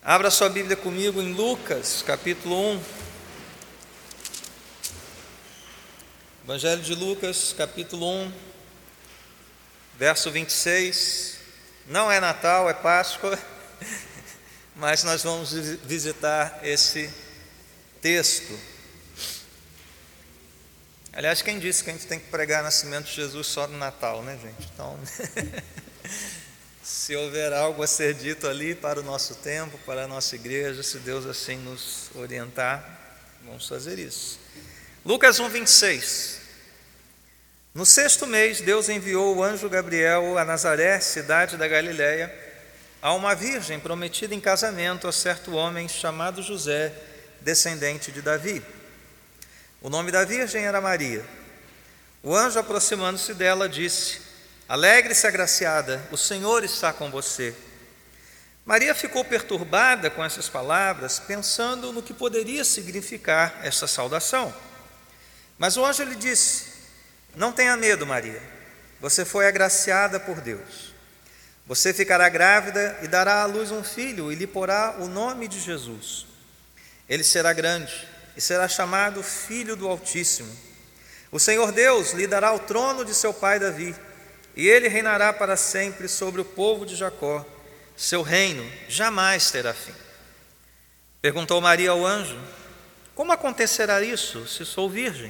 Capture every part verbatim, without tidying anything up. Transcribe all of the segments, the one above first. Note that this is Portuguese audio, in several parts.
Abra sua Bíblia comigo em Lucas, capítulo um. Evangelho de Lucas, capítulo um, verso vinte e seis. Não é Natal, é Páscoa, mas nós vamos visitar esse texto. Aliás, quem disse que a gente tem que pregar o nascimento de Jesus só no Natal, né, gente? Então, se houver algo a ser dito ali para o nosso tempo, para a nossa igreja, se Deus assim nos orientar, vamos fazer isso. Lucas um, vinte e seis. No sexto mês, Deus enviou o anjo Gabriel a Nazaré, cidade da Galiléia, a uma virgem prometida em casamento a certo homem chamado José, descendente de Davi. O nome da virgem era Maria. O anjo, aproximando-se dela, disse: Alegre-se, agraciada, o Senhor está com você. Maria ficou perturbada com essas palavras, pensando no que poderia significar esta saudação. Mas o anjo lhe disse: Não tenha medo, Maria, você foi agraciada por Deus. Você ficará grávida e dará à luz um filho, e lhe porá o nome de Jesus. Ele será grande e será chamado Filho do Altíssimo. O Senhor Deus lhe dará o trono de seu pai Davi, e ele reinará para sempre sobre o povo de Jacó. Seu reino jamais terá fim. Perguntou Maria ao anjo: Como acontecerá isso, se sou virgem?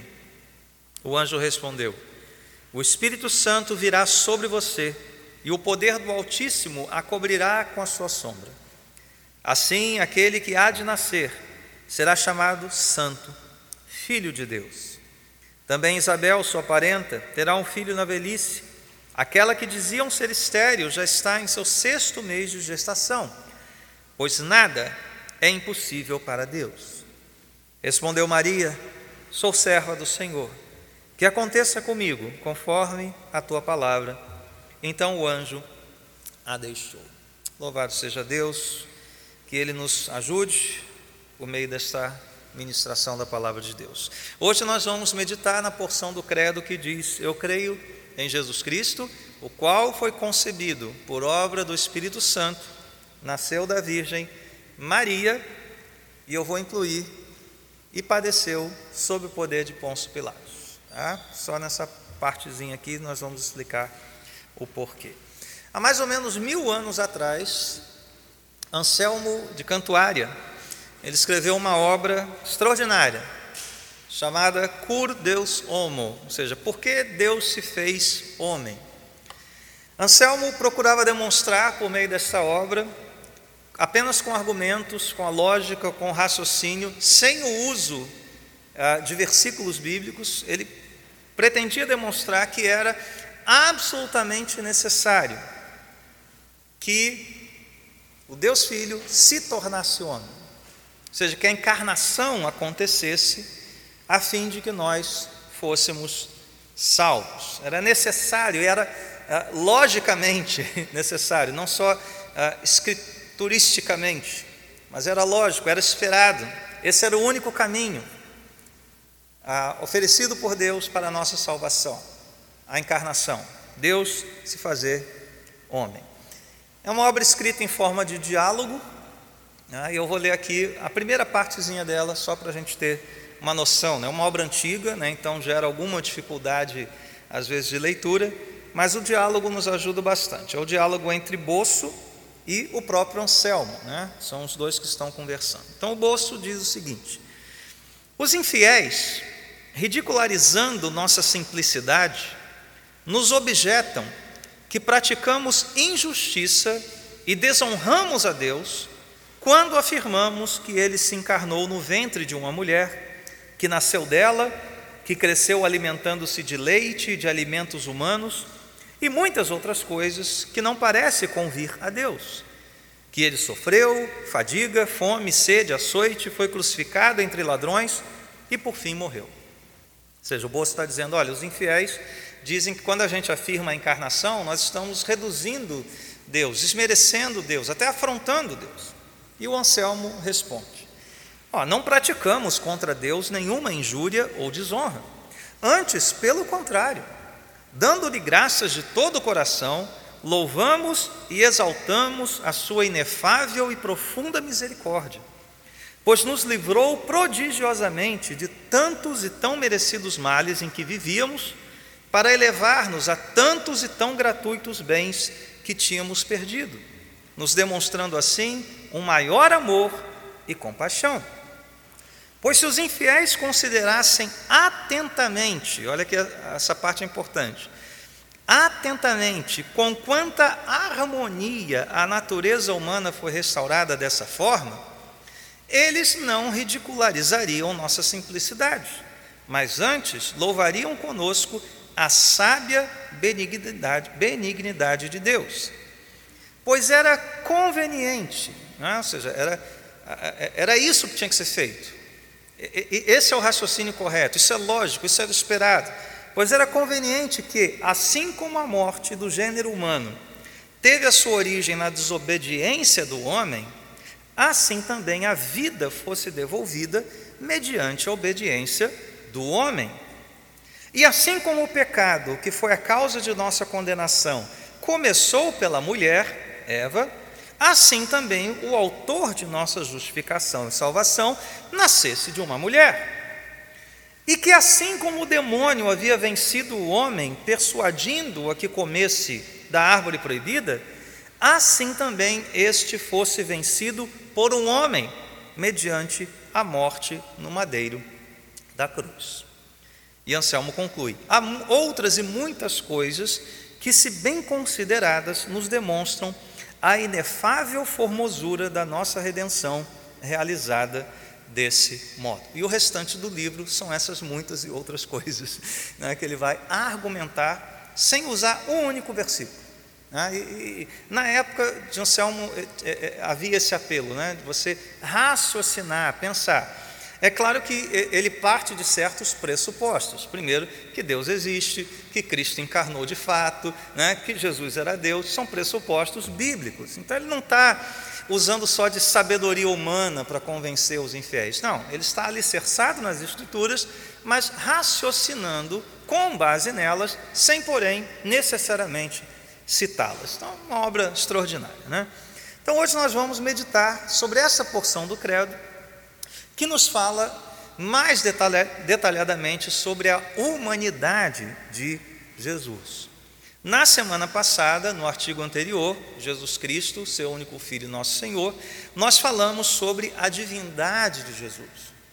O anjo respondeu: O Espírito Santo virá sobre você, e o poder do Altíssimo a cobrirá com a sua sombra. Assim, aquele que há de nascer será chamado Santo, Filho de Deus. Também Isabel, sua parenta, terá um filho na velhice. Aquela que diziam ser estéril já está em seu sexto mês de gestação, pois nada é impossível para Deus. Respondeu Maria: Sou serva do Senhor, que aconteça comigo conforme a tua palavra. Então o anjo a deixou. Louvado seja Deus, que Ele nos ajude por meio desta ministração da palavra de Deus. Hoje nós vamos meditar na porção do credo que diz: Eu creio em Jesus Cristo, o qual foi concebido por obra do Espírito Santo, nasceu da Virgem Maria, e eu vou incluir, e padeceu sob o poder de Pôncio Pilatos. Tá? Só nessa partezinha aqui nós vamos explicar o porquê. Há mais ou menos mil anos atrás, Anselmo de Cantuária, ele escreveu uma obra extraordinária, chamada Cur Deus Homo, ou seja, por que Deus se fez homem. Anselmo procurava demonstrar por meio dessa obra, apenas com argumentos, com a lógica, com o raciocínio, sem o uso ah, de versículos bíblicos, ele pretendia demonstrar que era absolutamente necessário que o Deus Filho se tornasse homem, ou seja, que a encarnação acontecesse a fim de que nós fôssemos salvos. Era necessário, era uh, logicamente necessário, não só uh, escrituristicamente, mas era lógico, era esperado. Esse era o único caminho uh, oferecido por Deus para a nossa salvação, a encarnação, Deus se fazer homem. É uma obra escrita em forma de diálogo, né? E eu vou ler aqui a primeira partezinha dela, só para a gente ter uma noção, né? Uma obra antiga, né? Então gera alguma dificuldade às vezes de leitura, mas o diálogo nos ajuda bastante. É o diálogo entre Bosso e o próprio Anselmo, né? São os dois que estão conversando. Então o Bosso diz o seguinte: os infiéis, ridicularizando nossa simplicidade, nos objetam que praticamos injustiça e desonramos a Deus quando afirmamos que Ele se encarnou no ventre de uma mulher, que nasceu dela, que cresceu alimentando-se de leite e de alimentos humanos, e muitas outras coisas que não parece convir a Deus, que ele sofreu fadiga, fome, sede, açoite, foi crucificado entre ladrões e por fim morreu. Ou seja, o Bosso está dizendo: olha, os infiéis dizem que quando a gente afirma a encarnação, nós estamos reduzindo Deus, desmerecendo Deus, até afrontando Deus. E o Anselmo responde: Ó, não praticamos contra Deus nenhuma injúria ou desonra. Antes, pelo contrário, dando-lhe graças de todo o coração, louvamos e exaltamos a sua inefável e profunda misericórdia, pois nos livrou prodigiosamente de tantos e tão merecidos males em que vivíamos, para elevar-nos a tantos e tão gratuitos bens que tínhamos perdido, nos demonstrando assim um maior amor e compaixão. Pois se os infiéis considerassem atentamente, olha que essa parte é importante, atentamente com quanta harmonia a natureza humana foi restaurada dessa forma, eles não ridicularizariam nossa simplicidade, mas antes louvariam conosco a sábia benignidade, benignidade de Deus, pois era conveniente, né? Ou seja, era, era isso que tinha que ser feito. Esse é o raciocínio correto, isso é lógico, isso era esperado, pois era conveniente que, assim como a morte do gênero humano teve a sua origem na desobediência do homem, assim também a vida fosse devolvida mediante a obediência do homem. E assim como o pecado, que foi a causa de nossa condenação, começou pela mulher, Eva, assim também o autor de nossa justificação e salvação nascesse de uma mulher. E que assim como o demônio havia vencido o homem, persuadindo-o a que comesse da árvore proibida, assim também este fosse vencido por um homem, mediante a morte no madeiro da cruz. E Anselmo conclui: há outras e muitas coisas que, se bem consideradas, nos demonstram a inefável formosura da nossa redenção realizada desse modo. E o restante do livro são essas muitas e outras coisas, né, que ele vai argumentar sem usar um único versículo. Né? E, e, na época de Anselmo é, é, havia esse apelo, né, de você raciocinar, pensar. É claro que ele parte de certos pressupostos. Primeiro, que Deus existe, que Cristo encarnou de fato, né, que Jesus era Deus, são pressupostos bíblicos. Então ele não está usando só de sabedoria humana para convencer os infiéis. Não, ele está alicerçado nas Escrituras, mas raciocinando com base nelas, sem, porém, necessariamente citá-las. Então, uma obra extraordinária, né? Então, hoje nós vamos meditar sobre essa porção do credo, que nos fala mais detalha, detalhadamente sobre a humanidade de Jesus. Na semana passada, no artigo anterior, Jesus Cristo, seu único Filho, nosso Senhor, nós falamos sobre a divindade de Jesus.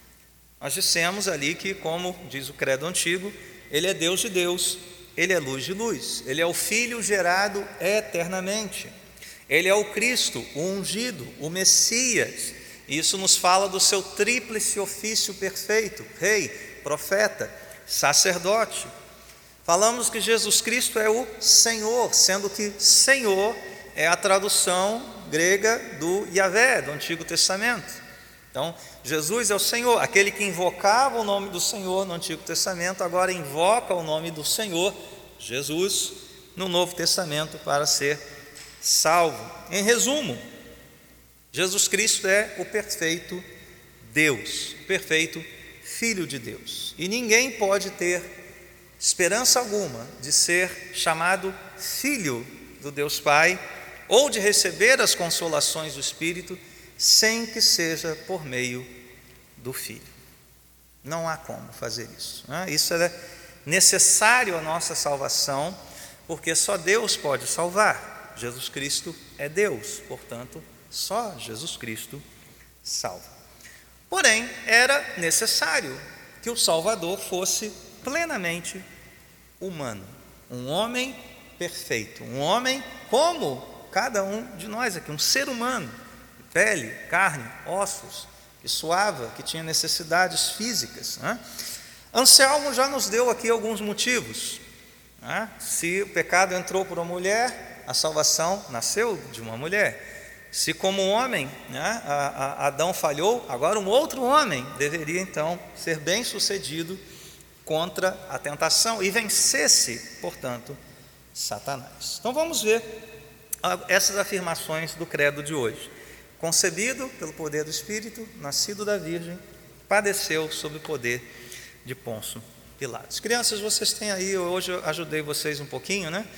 Nós dissemos ali que, como diz o credo antigo, ele é Deus de Deus, ele é luz de luz, ele é o Filho gerado eternamente, ele é o Cristo, o ungido, o Messias. Isso nos fala do seu tríplice ofício perfeito: rei, profeta, sacerdote. Falamos que Jesus Cristo é o Senhor, sendo que Senhor é a tradução grega do Yahvé, do Antigo Testamento. Então, Jesus é o Senhor, aquele que invocava o nome do Senhor no Antigo Testamento, agora invoca o nome do Senhor, Jesus, no Novo Testamento para ser salvo. Em resumo, Jesus Cristo é o perfeito Deus, o perfeito Filho de Deus. E ninguém pode ter esperança alguma de ser chamado filho do Deus Pai ou de receber as consolações do Espírito sem que seja por meio do Filho. Não há como fazer isso, né? Isso é necessário à nossa salvação, porque só Deus pode salvar. Jesus Cristo é Deus, portanto, só Jesus Cristo salva. Porém, era necessário que o Salvador fosse plenamente humano, um homem perfeito, um homem como cada um de nós aqui, um ser humano, pele, carne, ossos, que suava, que tinha necessidades físicas, né? Anselmo já nos deu aqui alguns motivos, né? Se o pecado entrou por uma mulher, a salvação nasceu de uma mulher. Se como homem, né, a, a Adão falhou, agora um outro homem deveria então ser bem sucedido contra a tentação e vencesse, portanto, Satanás. Então vamos ver essas afirmações do credo de hoje. Concebido pelo poder do Espírito, nascido da Virgem, padeceu sob o poder de Pôncio Pilatos. Crianças, vocês têm aí, hoje eu ajudei vocês um pouquinho, né?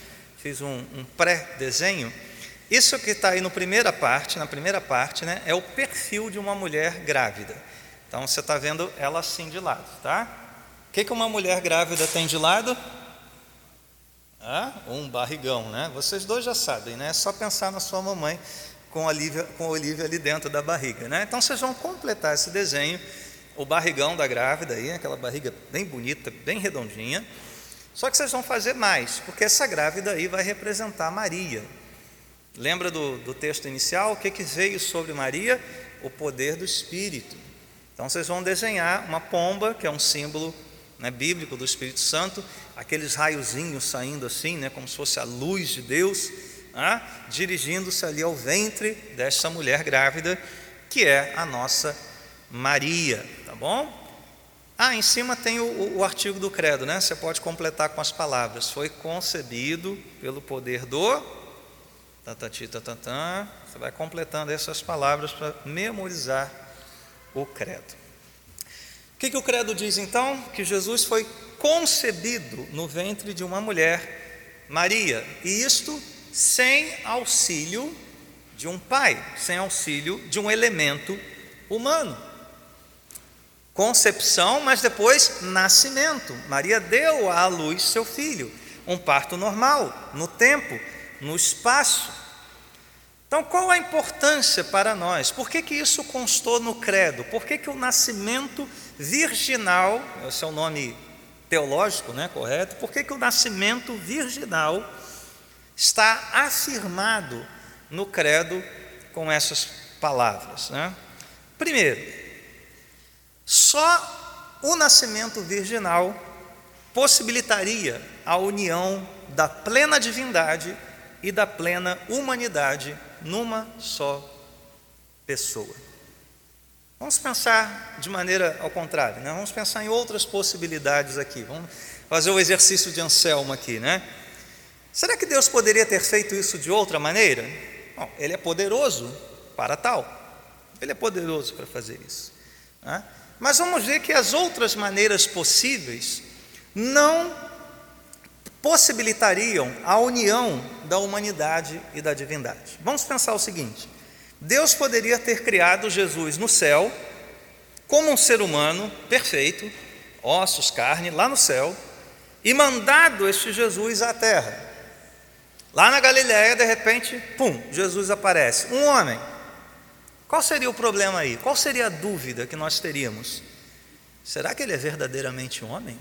fiz um, um pré-desenho. Isso que está aí na primeira parte, na primeira parte, né, é o perfil de uma mulher grávida. Então você está vendo ela assim de lado, tá? O que, que uma mulher grávida tem de lado? Ah, um barrigão, né? Vocês dois já sabem, né? É só pensar na sua mamãe com a Olivia, com a Olivia ali dentro da barriga, né? Então vocês vão completar esse desenho, o barrigão da grávida aí, aquela barriga bem bonita, bem redondinha. Só que vocês vão fazer mais, porque essa grávida aí vai representar Maria. Lembra do, do texto inicial? O que, que veio sobre Maria? O poder do Espírito. Então vocês vão desenhar uma pomba, que é um símbolo, né, bíblico do Espírito Santo, aqueles raiozinhos saindo assim, né, como se fosse a luz de Deus, né, dirigindo-se ali ao ventre dessa mulher grávida, que é a nossa Maria, tá bom? Ah, em cima tem o, o artigo do credo, né? Você pode completar com as palavras: foi concebido pelo poder do... Tatati, tatatã. Você vai completando essas palavras para memorizar o credo. O que, que o credo diz então? Que Jesus foi concebido no ventre de uma mulher, Maria, e isto sem auxílio de um pai, sem auxílio de um elemento humano. Concepção, mas depois nascimento. Maria deu à luz seu filho, um parto normal, no tempo, no espaço. Então, qual a importância para nós? Por que que isso constou no credo? Por que que o nascimento virginal, esse é o nome teológico, né, correto? Por que que o nascimento virginal está afirmado no credo com essas palavras, né? Primeiro, só o nascimento virginal possibilitaria a união da plena divindade e da plena humanidade numa só pessoa. Vamos pensar de maneira ao contrário, né? Vamos pensar em outras possibilidades aqui. Vamos fazer o exercício de Anselmo aqui, né? Será que Deus poderia ter feito isso de outra maneira? Bom, Ele é poderoso para tal. Ele é poderoso para fazer isso, né? Mas vamos ver que as outras maneiras possíveis não possibilitariam a união da humanidade e da divindade. Vamos pensar o seguinte: Deus poderia ter criado Jesus no céu como um ser humano perfeito, ossos, carne, lá no céu, e mandado este Jesus à terra. Lá na Galiléia, de repente, pum, Jesus aparece, um homem. Qual seria o problema aí? Qual seria a dúvida que nós teríamos? Será que ele é verdadeiramente homem?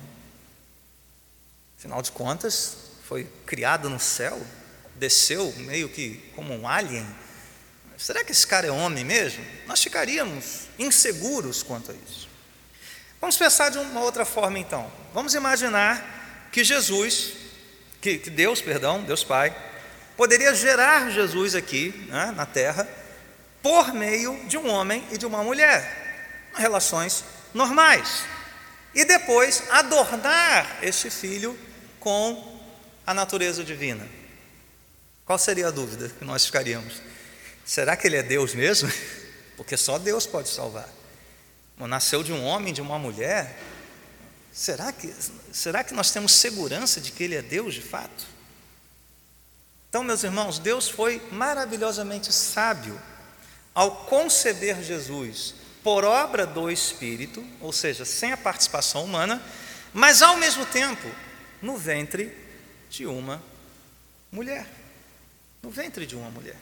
Afinal de contas, foi criado no céu, desceu meio que como um alien. Será que esse cara é homem mesmo? Nós ficaríamos inseguros quanto a isso. Vamos pensar de uma outra forma então. Vamos imaginar que Jesus, que, que Deus, perdão, Deus Pai, poderia gerar Jesus aqui, né, na terra, por meio de um homem e de uma mulher, relações normais, e depois adornar este filho com a natureza divina. Qual seria a dúvida que nós ficaríamos? Será que ele é Deus mesmo? Porque só Deus pode salvar. Nasceu de um homem, de uma mulher. Será que, será que nós temos segurança de que ele é Deus de fato? Então, meus irmãos, Deus foi maravilhosamente sábio ao conceber Jesus por obra do Espírito, ou seja, sem a participação humana, mas ao mesmo tempo no ventre de uma mulher. No ventre de uma mulher.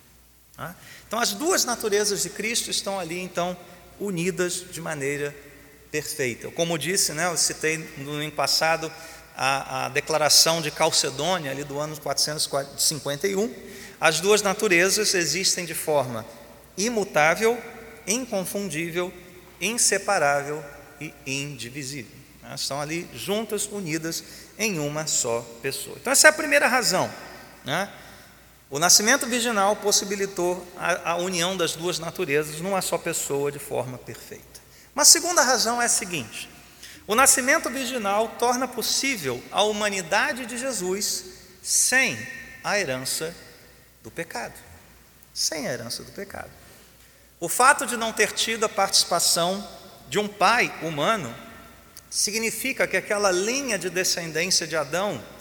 Então, as duas naturezas de Cristo estão ali, então, unidas de maneira perfeita. Como disse, né, eu citei no ano passado a, a declaração de Calcedônia, ali do ano quatrocentos e cinquenta e um. As duas naturezas existem de forma imutável, inconfundível, inseparável e indivisível. Elas estão ali juntas, unidas em uma só pessoa. Então essa é a primeira razão, né? O nascimento virginal possibilitou a, a união das duas naturezas numa só pessoa de forma perfeita. Uma segunda razão é a seguinte: o nascimento virginal torna possível a humanidade de Jesus sem a herança do pecado. Sem a herança do pecado. O fato de não ter tido a participação de um pai humano significa que aquela linha de descendência de Adão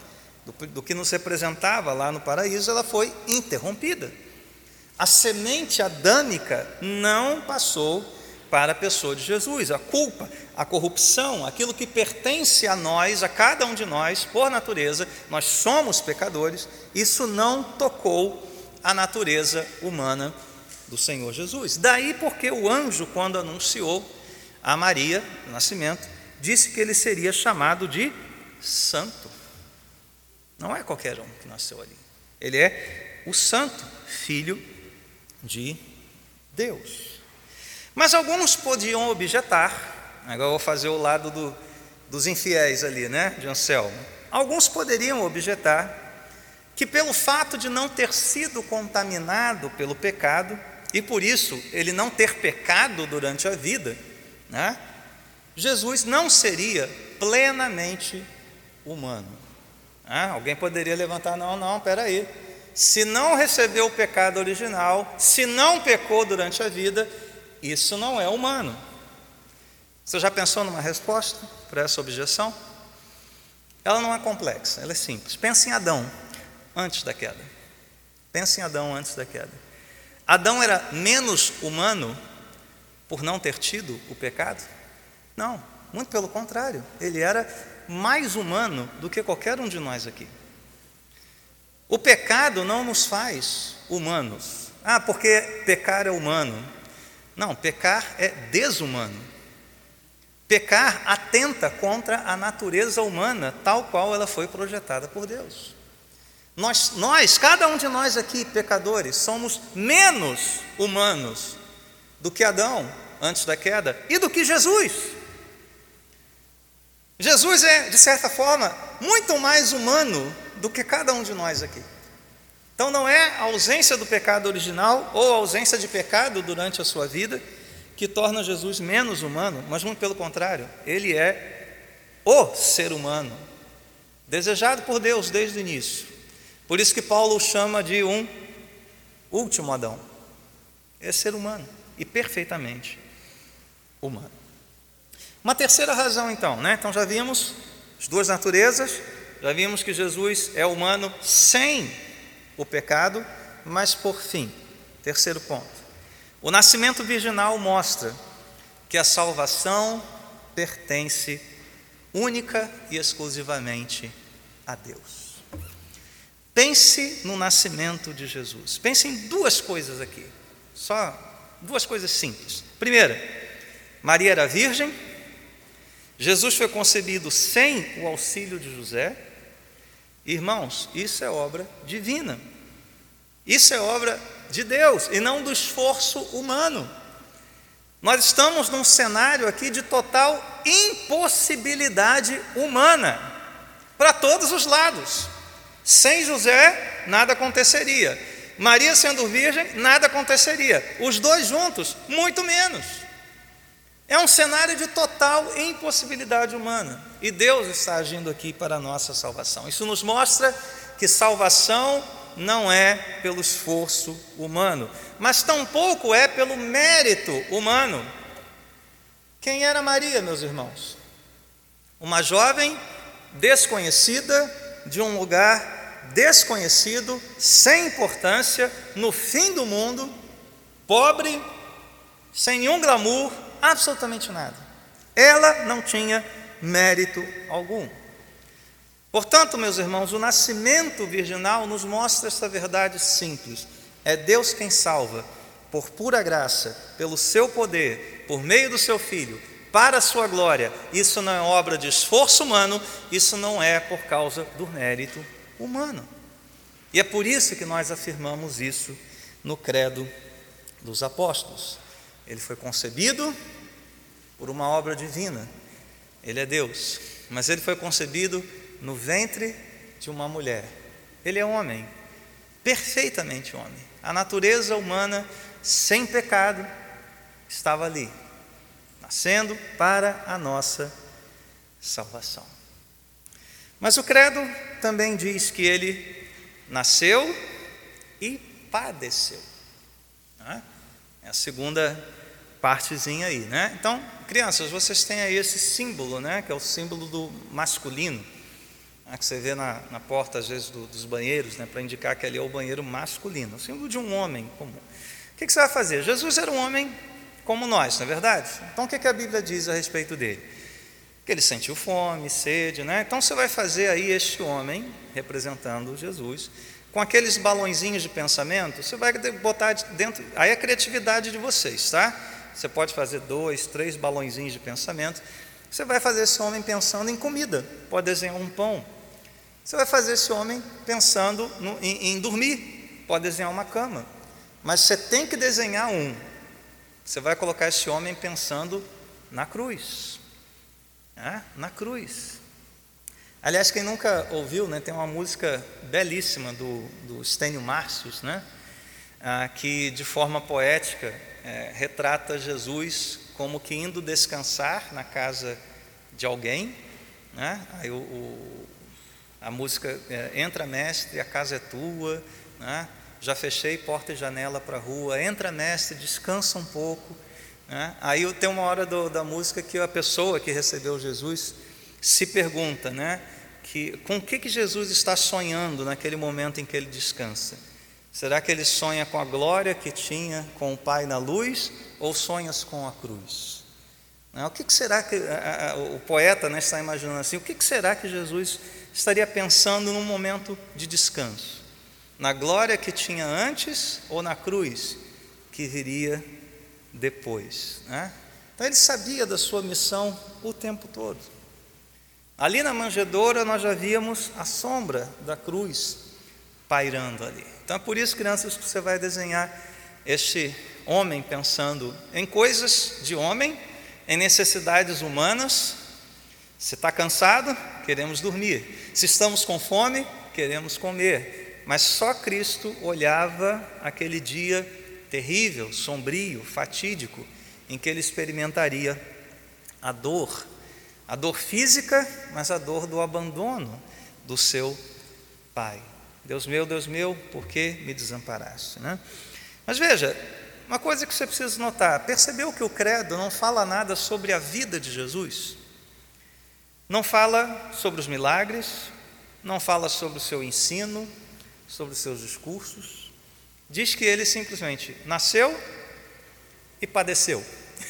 do, do que nos representava lá no paraíso, ela foi interrompida. A semente adâmica não passou para a pessoa de Jesus. A culpa, a corrupção, aquilo que pertence a nós, a cada um de nós, por natureza, nós somos pecadores, isso não tocou a natureza humana do Senhor Jesus. Daí porque o anjo, quando anunciou a Maria, o nascimento, disse que ele seria chamado de santo. Não é qualquer um que nasceu ali. Ele é o santo filho de Deus. Mas alguns podiam objetar, agora eu vou fazer o lado do, dos infiéis ali, né, de Anselmo. Alguns poderiam objetar que pelo fato de não ter sido contaminado pelo pecado, e por isso ele não ter pecado durante a vida, né, Jesus não seria plenamente humano. Ah, alguém poderia levantar, não, não, espera aí. Se não recebeu o pecado original, se não pecou durante a vida, isso não é humano. Você já pensou numa resposta para essa objeção? Ela não é complexa, ela é simples. Pense em Adão antes da queda. Pense em Adão antes da queda. Adão era menos humano por não ter tido o pecado? Não, muito pelo contrário. Ele era mais humano do que qualquer um de nós aqui. O pecado não nos faz humanos. Ah, porque pecar é humano. Não, pecar é desumano. Pecar atenta contra a natureza humana, tal qual ela foi projetada por Deus. Nós, nós, cada um de nós aqui, pecadores, somos menos humanos do que Adão antes da queda e do que Jesus. Jesus é, de certa forma, muito mais humano do que cada um de nós aqui. Então não é a ausência do pecado original ou a ausência de pecado durante a sua vida que torna Jesus menos humano, mas muito pelo contrário, ele é o ser humano, desejado por Deus desde o início. Por isso que Paulo o chama de um último Adão. É ser humano e perfeitamente humano. Uma terceira razão então, né? Então já vimos as duas naturezas, já vimos que Jesus é humano sem o pecado, mas por fim, terceiro ponto, o nascimento virginal mostra que a salvação pertence única e exclusivamente a Deus. Pense no nascimento de Jesus. Pense em duas coisas aqui, só duas coisas simples. Primeira, Maria era virgem, Jesus foi concebido sem o auxílio de José. Irmãos, isso é obra divina, isso é obra de Deus e não do esforço humano. Nós estamos num cenário aqui de total impossibilidade humana, para todos os lados. Sem José, nada aconteceria. Maria sendo virgem, nada aconteceria. Os dois juntos, muito menos. É um cenário de total impossibilidade humana. E Deus está agindo aqui para a nossa salvação. Isso nos mostra que salvação não é pelo esforço humano, mas tampouco é pelo mérito humano. Quem era Maria, meus irmãos? Uma jovem desconhecida, de um lugar desconhecido, sem importância, no fim do mundo, pobre, sem nenhum glamour, absolutamente nada. Ela não tinha mérito algum. Portanto, meus irmãos, o nascimento virginal nos mostra essa verdade simples. É Deus quem salva, por pura graça, pelo seu poder, por meio do seu Filho, para a sua glória. Isso não é obra de esforço humano, isso não é por causa do mérito humano. E é por isso que nós afirmamos isso no credo dos apóstolos. Ele foi concebido por uma obra divina. Ele é Deus, mas ele foi concebido no ventre de uma mulher. Ele é homem, perfeitamente homem. A natureza humana, sem pecado, estava ali, nascendo para a nossa salvação. Mas o credo também diz que ele nasceu e padeceu. É a segunda partezinha aí, né? Então, crianças, vocês têm aí esse símbolo, né? Que é o símbolo do masculino. né, que você vê na, na porta, às vezes, do, dos banheiros, né, para indicar que ali é o banheiro masculino, o símbolo de um homem comum. O que, que você vai fazer? Jesus era um homem como nós, não é verdade? Então, o que, que a Bíblia diz a respeito dele? Que ele sentiu fome, sede, né? Então, você vai fazer aí este homem, representando Jesus, com aqueles balõezinhos de pensamento, você vai botar dentro, aí é a criatividade de vocês, tá? Você pode fazer dois, três balõezinhos de pensamento, você vai fazer esse homem pensando em comida, pode desenhar um pão. Você vai fazer esse homem pensando no, em, em dormir, pode desenhar uma cama. Mas você tem que desenhar um. Você vai colocar esse homem pensando na cruz. É? Na cruz. Aliás, quem nunca ouviu, né, tem uma música belíssima do, do Stênio Márcios, né, ah, que de forma poética é, retrata Jesus como que indo descansar na casa de alguém, né? Aí o, o, a música é, entra mestre, a casa é tua, né? Já fechei porta e janela para a rua, entra mestre, descansa um pouco, né? Aí tem uma hora do, da música que a pessoa que recebeu Jesus se pergunta, né, que, com o que, que Jesus está sonhando naquele momento em que ele descansa. Será que ele sonha com a glória que tinha com o Pai na luz, ou sonhas com a cruz? O que, que será que a, a, o poeta, né, está imaginando assim? O que, que será que Jesus estaria pensando num momento de descanso? Na glória que tinha antes ou na cruz que viria depois, né? Então ele sabia da sua missão o tempo todo. Ali na manjedoura nós já víamos a sombra da cruz pairando ali. Então é por isso, crianças, que você vai desenhar este homem pensando em coisas de homem, em necessidades humanas. Se está cansado, queremos dormir. Se estamos com fome, queremos comer. Mas só Cristo olhava aquele dia terrível, sombrio, fatídico, em que ele experimentaria a dor, a dor física, mas a dor do abandono do seu Pai. Deus meu, Deus meu, por que me desamparaste, né? Mas veja, uma coisa que você precisa notar: percebeu que o credo não fala nada sobre a vida de Jesus? Não fala sobre os milagres, não fala sobre o seu ensino, sobre os seus discursos. Diz que ele simplesmente nasceu e padeceu.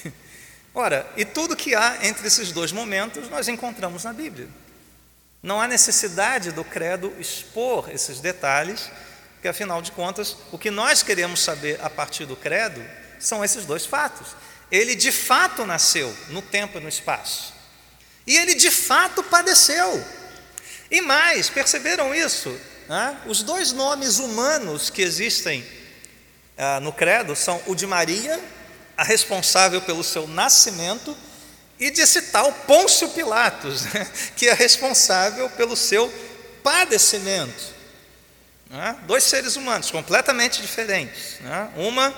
Ora, e tudo que há entre esses dois momentos nós encontramos na Bíblia. Não há necessidade do credo expor esses detalhes, porque afinal de contas, o que nós queremos saber a partir do credo são esses dois fatos. Ele de fato nasceu no tempo e no espaço, e ele de fato padeceu. E mais, perceberam isso? Ah, os dois nomes humanos que existem ah, no credo são o de Maria, a responsável pelo seu nascimento, e de citar o Pôncio Pilatos, né, que é responsável pelo seu padecimento. Né? Dois seres humanos completamente diferentes, né? Uma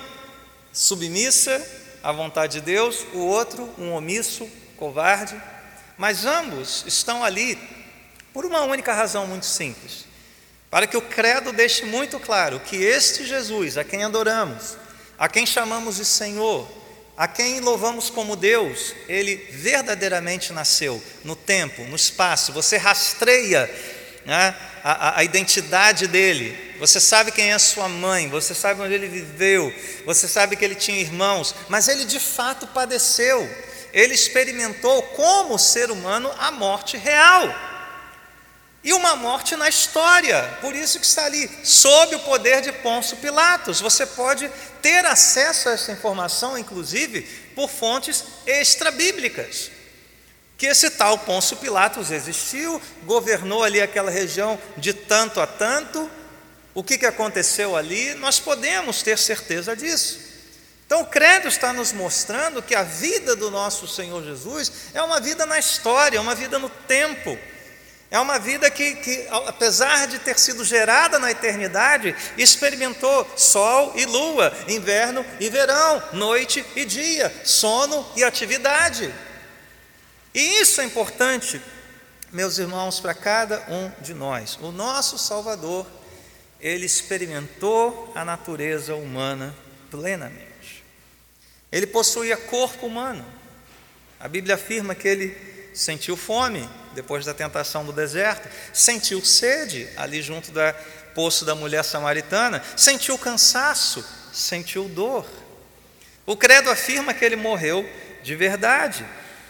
submissa à vontade de Deus, o outro um omisso, covarde, mas ambos estão ali por uma única razão muito simples: para que o credo deixe muito claro que este Jesus, a quem adoramos, a quem chamamos de Senhor, a quem louvamos como Deus, ele verdadeiramente nasceu no tempo, no espaço. Você rastreia, né, a, a identidade dele, você sabe quem é a sua mãe, você sabe onde ele viveu, você sabe que ele tinha irmãos, mas ele de fato padeceu, ele experimentou como ser humano a morte real, e uma morte na história. Por isso que está ali, sob o poder de Pôncio Pilatos. Você pode ter acesso a essa informação, inclusive, por fontes extra-bíblicas, que esse tal Pôncio Pilatos existiu, governou ali aquela região de tanto a tanto. O que, que aconteceu ali, nós podemos ter certeza disso. Então o credo está nos mostrando que a vida do nosso Senhor Jesus é uma vida na história, é uma vida no tempo. É uma vida que, que, apesar de ter sido gerada na eternidade, experimentou sol e lua, inverno e verão, noite e dia, sono e atividade. E isso é importante, meus irmãos, para cada um de nós. O nosso Salvador, ele experimentou a natureza humana plenamente. Ele possuía corpo humano. A Bíblia afirma que ele sentiu fome depois da tentação do deserto, sentiu sede ali junto do poço da mulher samaritana, sentiu cansaço, sentiu dor. O credo afirma que ele morreu de verdade.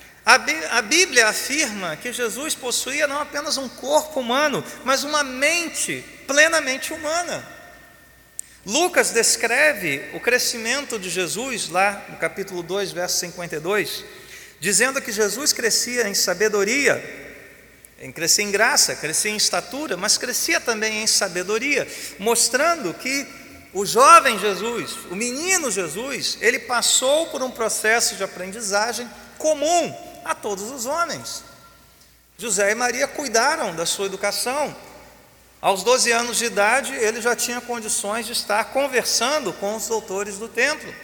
A Bíblia afirma que Jesus possuía não apenas um corpo humano, mas uma mente plenamente humana. Lucas descreve o crescimento de Jesus, lá no capítulo dois, verso cinquenta e dois, dizendo que Jesus crescia em sabedoria, crescia em graça, crescia em estatura, mas crescia também em sabedoria, mostrando que o jovem Jesus, o menino Jesus, ele passou por um processo de aprendizagem comum a todos os homens. José e Maria cuidaram da sua educação. Aos doze anos de idade, ele já tinha condições de estar conversando com os doutores do templo.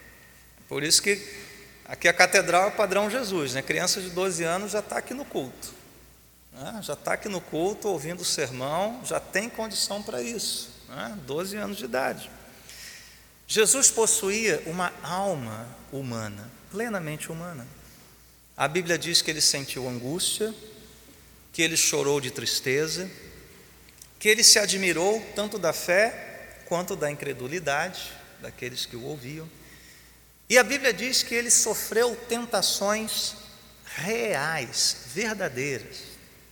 Por isso que aqui a catedral é padrão Jesus, né? Criança de doze anos já está aqui no culto, né? Já está aqui no culto, ouvindo o sermão, já tem condição para isso, né? doze anos de idade. Jesus possuía uma alma humana, plenamente humana. A Bíblia diz que ele sentiu angústia, que ele chorou de tristeza, que ele se admirou tanto da fé quanto da incredulidade daqueles que o ouviam. E a Bíblia diz que ele sofreu tentações reais, verdadeiras.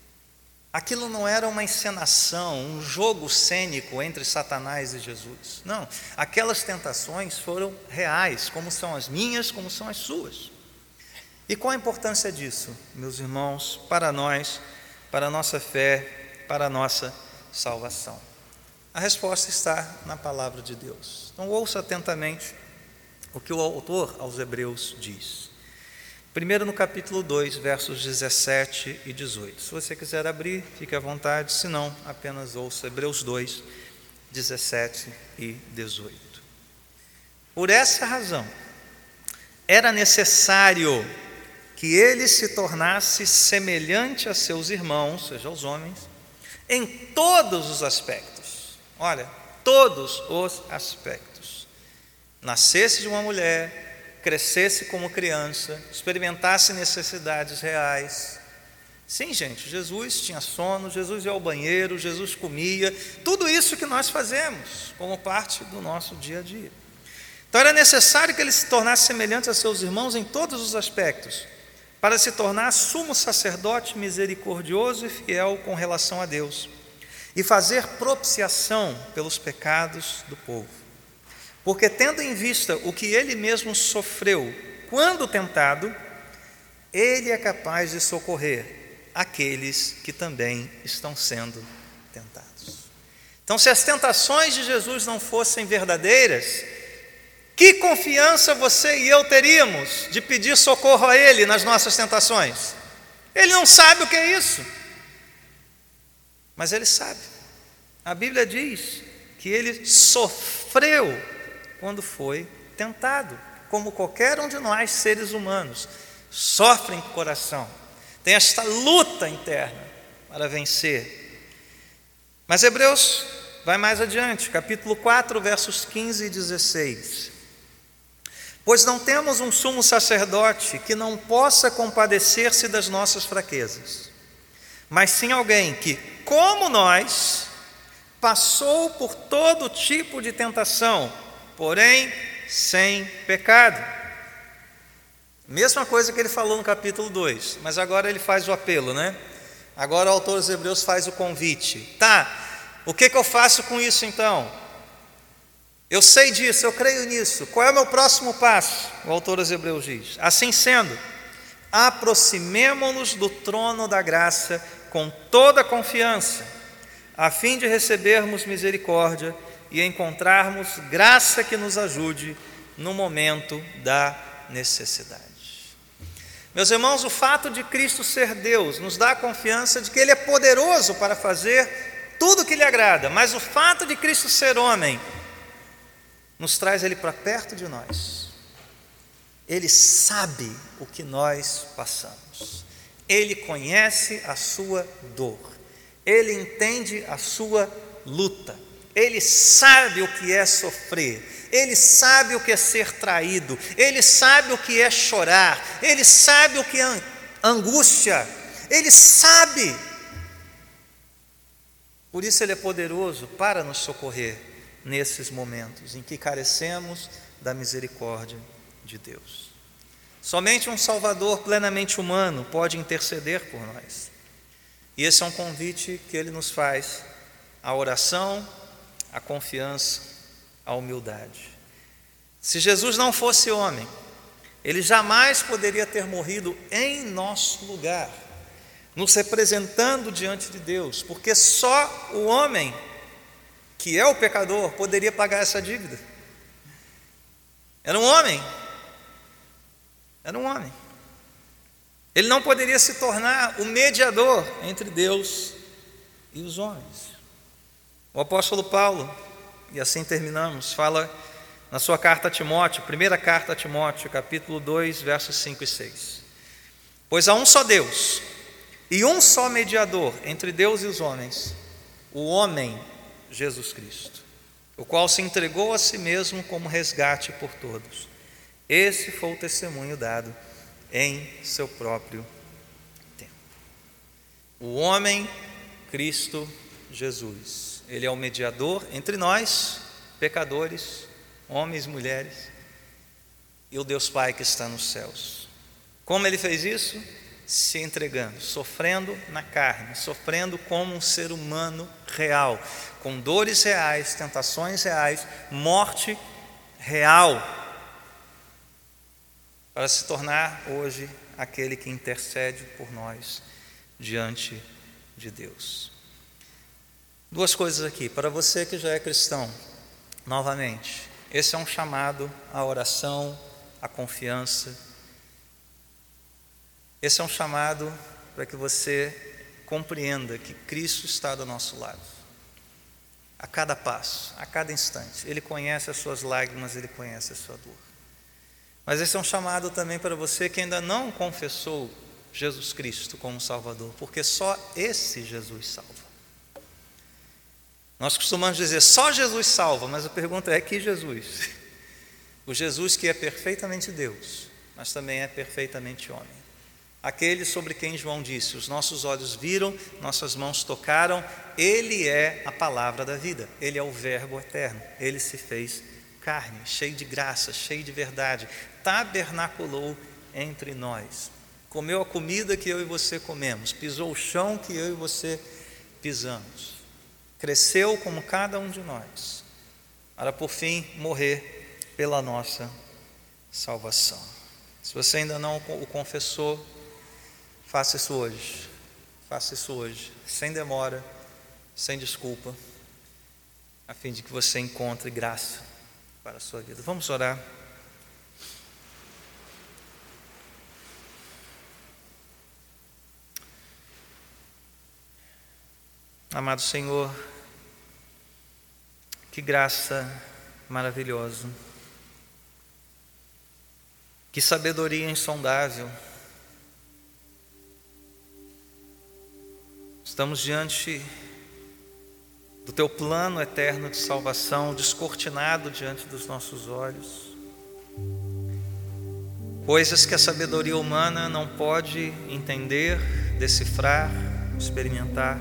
Aquilo não era uma encenação, um jogo cênico entre Satanás e Jesus. Não, aquelas tentações foram reais, como são as minhas, como são as suas. E qual a importância disso, meus irmãos, para nós, para a nossa fé, para a nossa salvação? A resposta está na palavra de Deus. Então ouça atentamente o que o autor aos Hebreus diz. Primeiro no capítulo dois, versos dezessete e dezoito. Se você quiser abrir, fique à vontade, se não, apenas ouça Hebreus dois, dezessete e dezoito. Por essa razão, era necessário que ele se tornasse semelhante a seus irmãos, ou seja, aos homens, em todos os aspectos. Olha, todos os aspectos. Nascesse de uma mulher, crescesse como criança, experimentasse necessidades reais. Sim, gente, Jesus tinha sono, Jesus ia ao banheiro, Jesus comia, tudo isso que nós fazemos como parte do nosso dia a dia. Então era necessário que ele se tornasse semelhante a seus irmãos em todos os aspectos, para se tornar sumo sacerdote misericordioso e fiel com relação a Deus, e fazer propiciação pelos pecados do povo. Porque tendo em vista o que ele mesmo sofreu quando tentado, ele é capaz de socorrer aqueles que também estão sendo tentados. Então, se as tentações de Jesus não fossem verdadeiras, que confiança você e eu teríamos de pedir socorro a Ele nas nossas tentações? Ele não sabe o que é isso, mas Ele sabe. A Bíblia diz que Ele sofreu quando foi tentado, como qualquer um de nós, seres humanos, sofrem com o coração, tem esta luta interna para vencer. Mas Hebreus vai mais adiante, capítulo quatro, versos quinze e dezesseis. Pois não temos um sumo sacerdote que não possa compadecer-se das nossas fraquezas, mas sim alguém que, como nós, passou por todo tipo de tentação, porém sem pecado. Mesma coisa que ele falou no capítulo dois, mas agora ele faz o apelo, né? Agora o autor dos Hebreus faz o convite. Tá, o que, que eu faço com isso então? Eu sei disso, eu creio nisso. Qual é o meu próximo passo? O autor dos Hebreus diz: assim sendo, aproximemo-nos do trono da graça com toda a confiança, a fim de recebermos misericórdia e encontrarmos graça que nos ajude no momento da necessidade. Meus irmãos, o fato de Cristo ser Deus nos dá a confiança de que Ele é poderoso para fazer tudo o que lhe agrada, mas o fato de Cristo ser homem nos traz Ele para perto de nós. Ele sabe o que nós passamos, Ele conhece a sua dor, Ele entende a sua luta, Ele sabe o que é sofrer, Ele sabe o que é ser traído, Ele sabe o que é chorar, Ele sabe o que é angústia, Ele sabe. Por isso Ele é poderoso para nos socorrer nesses momentos em que carecemos da misericórdia de Deus. Somente um Salvador plenamente humano pode interceder por nós. E esse é um convite que Ele nos faz: a oração, a confiança, a humildade. Se Jesus não fosse homem, Ele jamais poderia ter morrido em nosso lugar, nos representando diante de Deus, porque só o homem, que é o pecador, poderia pagar essa dívida. Era um homem, era um homem. Ele não poderia se tornar o mediador entre Deus e os homens. O apóstolo Paulo, e assim terminamos, fala na sua carta a Timóteo, primeira carta a Timóteo, capítulo dois, versos cinco e seis. Pois há um só Deus e um só mediador entre Deus e os homens, o homem Jesus Cristo, o qual se entregou a si mesmo como resgate por todos. Esse foi o testemunho dado em seu próprio tempo. O homem Cristo Jesus, Ele é o mediador entre nós, pecadores, homens e mulheres, e o Deus Pai que está nos céus. Como Ele fez isso? Se entregando, sofrendo na carne, sofrendo como um ser humano real, com dores reais, tentações reais, morte real, para se tornar hoje aquele que intercede por nós diante de Deus. Duas coisas aqui, para você que já é cristão, novamente, esse é um chamado à oração, à confiança. Esse é um chamado para que você compreenda que Cristo está do nosso lado, a cada passo, a cada instante. Ele conhece as suas lágrimas, Ele conhece a sua dor. Mas esse é um chamado também para você que ainda não confessou Jesus Cristo como Salvador, porque só esse Jesus salva. Nós costumamos dizer, só Jesus salva, mas a pergunta é: que Jesus? O Jesus que é perfeitamente Deus, mas também é perfeitamente homem. Aquele sobre quem João disse: os nossos olhos viram, nossas mãos tocaram. Ele é a palavra da vida, Ele é o verbo eterno. Ele se fez carne, cheio de graça, cheio de verdade, tabernaculou entre nós, comeu a comida que eu e você comemos, pisou o chão que eu e você pisamos, cresceu como cada um de nós, para por fim morrer pela nossa salvação. Se você ainda não o confessou, faça isso hoje, faça isso hoje, sem demora, sem desculpa, a fim de que você encontre graça para a sua vida. Vamos orar. Amado Senhor, que graça maravilhosa, que sabedoria insondável. Estamos diante do Teu plano eterno de salvação, descortinado diante dos nossos olhos. Coisas que a sabedoria humana não pode entender, decifrar, experimentar.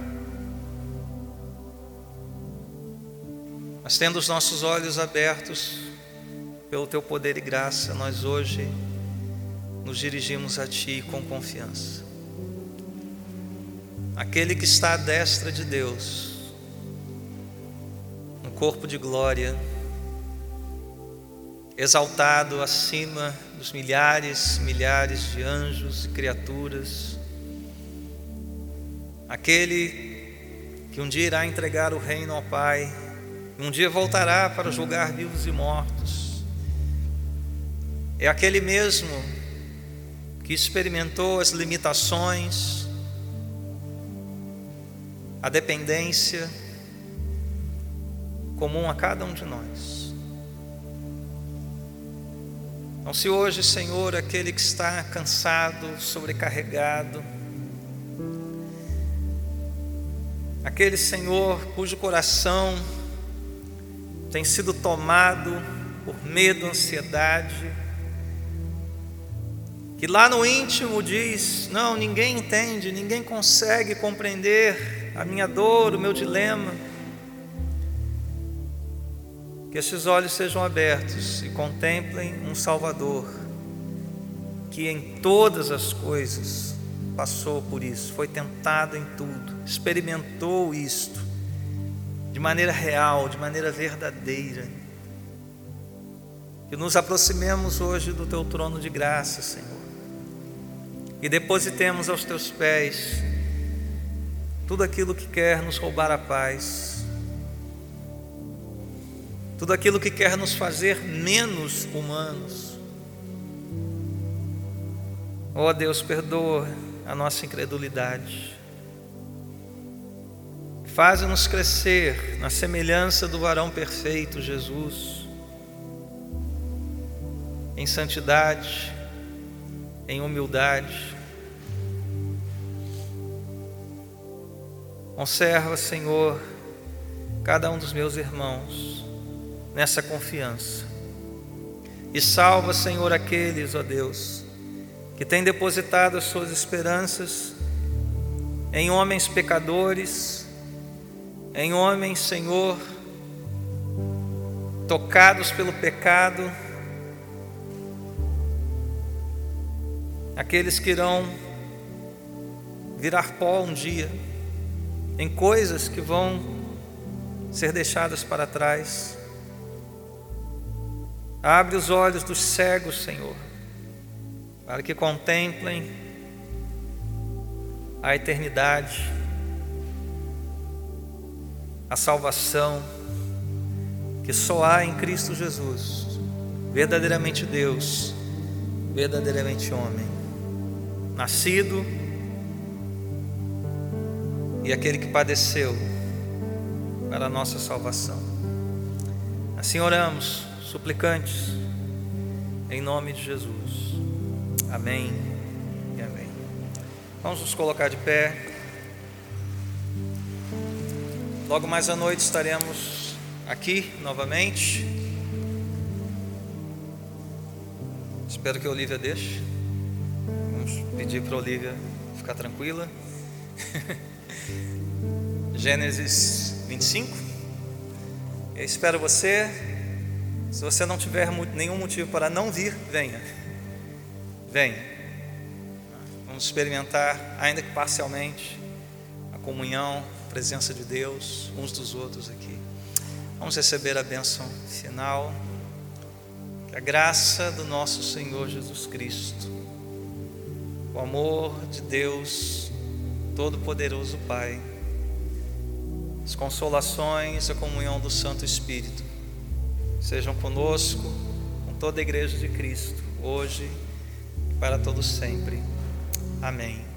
Mas tendo os nossos olhos abertos pelo Teu poder e graça, nós hoje nos dirigimos a Ti com confiança. Aquele que está à destra de Deus, no corpo de glória, exaltado acima dos milhares, milhares de anjos e criaturas, aquele que um dia irá entregar o reino ao Pai, um dia voltará para julgar vivos e mortos, é aquele mesmo que experimentou as limitações, a dependência comum a cada um de nós. Então, se hoje, Senhor, aquele que está cansado, sobrecarregado, aquele, Senhor, cujo coração tem sido tomado por medo, ansiedade, que lá no íntimo diz: não, ninguém entende, ninguém consegue compreender a minha dor, o meu dilema. Que esses olhos sejam abertos e contemplem um Salvador que em todas as coisas passou por isso, foi tentado em tudo, experimentou isto de maneira real, de maneira verdadeira. Que nos aproximemos hoje do Teu trono de graça, Senhor, e depositemos aos Teus pés tudo aquilo que quer nos roubar a paz, tudo aquilo que quer nos fazer menos humanos. Ó Deus, perdoa a nossa incredulidade, faz-nos crescer na semelhança do varão perfeito, Jesus, em santidade, em humildade. Conserva, Senhor, cada um dos meus irmãos nessa confiança, e salva, Senhor, aqueles, ó Deus, que têm depositado as suas esperanças em homens pecadores, em homens, Senhor, tocados pelo pecado, aqueles que irão virar pó um dia, em coisas que vão ser deixadas para trás. Abre os olhos dos cegos, Senhor, para que contemplem a eternidade, a salvação que só há em Cristo Jesus, verdadeiramente Deus, verdadeiramente homem, nascido e aquele que padeceu para a nossa salvação. Assim oramos, suplicantes, em nome de Jesus. Amém e amém. Vamos nos colocar de pé. Logo mais à noite estaremos aqui novamente. Espero que a Olívia deixe. Vamos pedir para a Olívia ficar tranquila. Gênesis vinte e cinco. Eu espero você. Se você não tiver nenhum motivo para não vir, venha. Venha. Vamos experimentar, ainda que parcialmente, a comunhão, a presença de Deus, uns dos outros aqui. Vamos receber a bênção final. Que a graça do nosso Senhor Jesus Cristo, o amor de Deus Todo-Poderoso Pai, as consolações e a comunhão do Santo Espírito sejam conosco, com toda a igreja de Cristo, hoje e para todos sempre. Amém.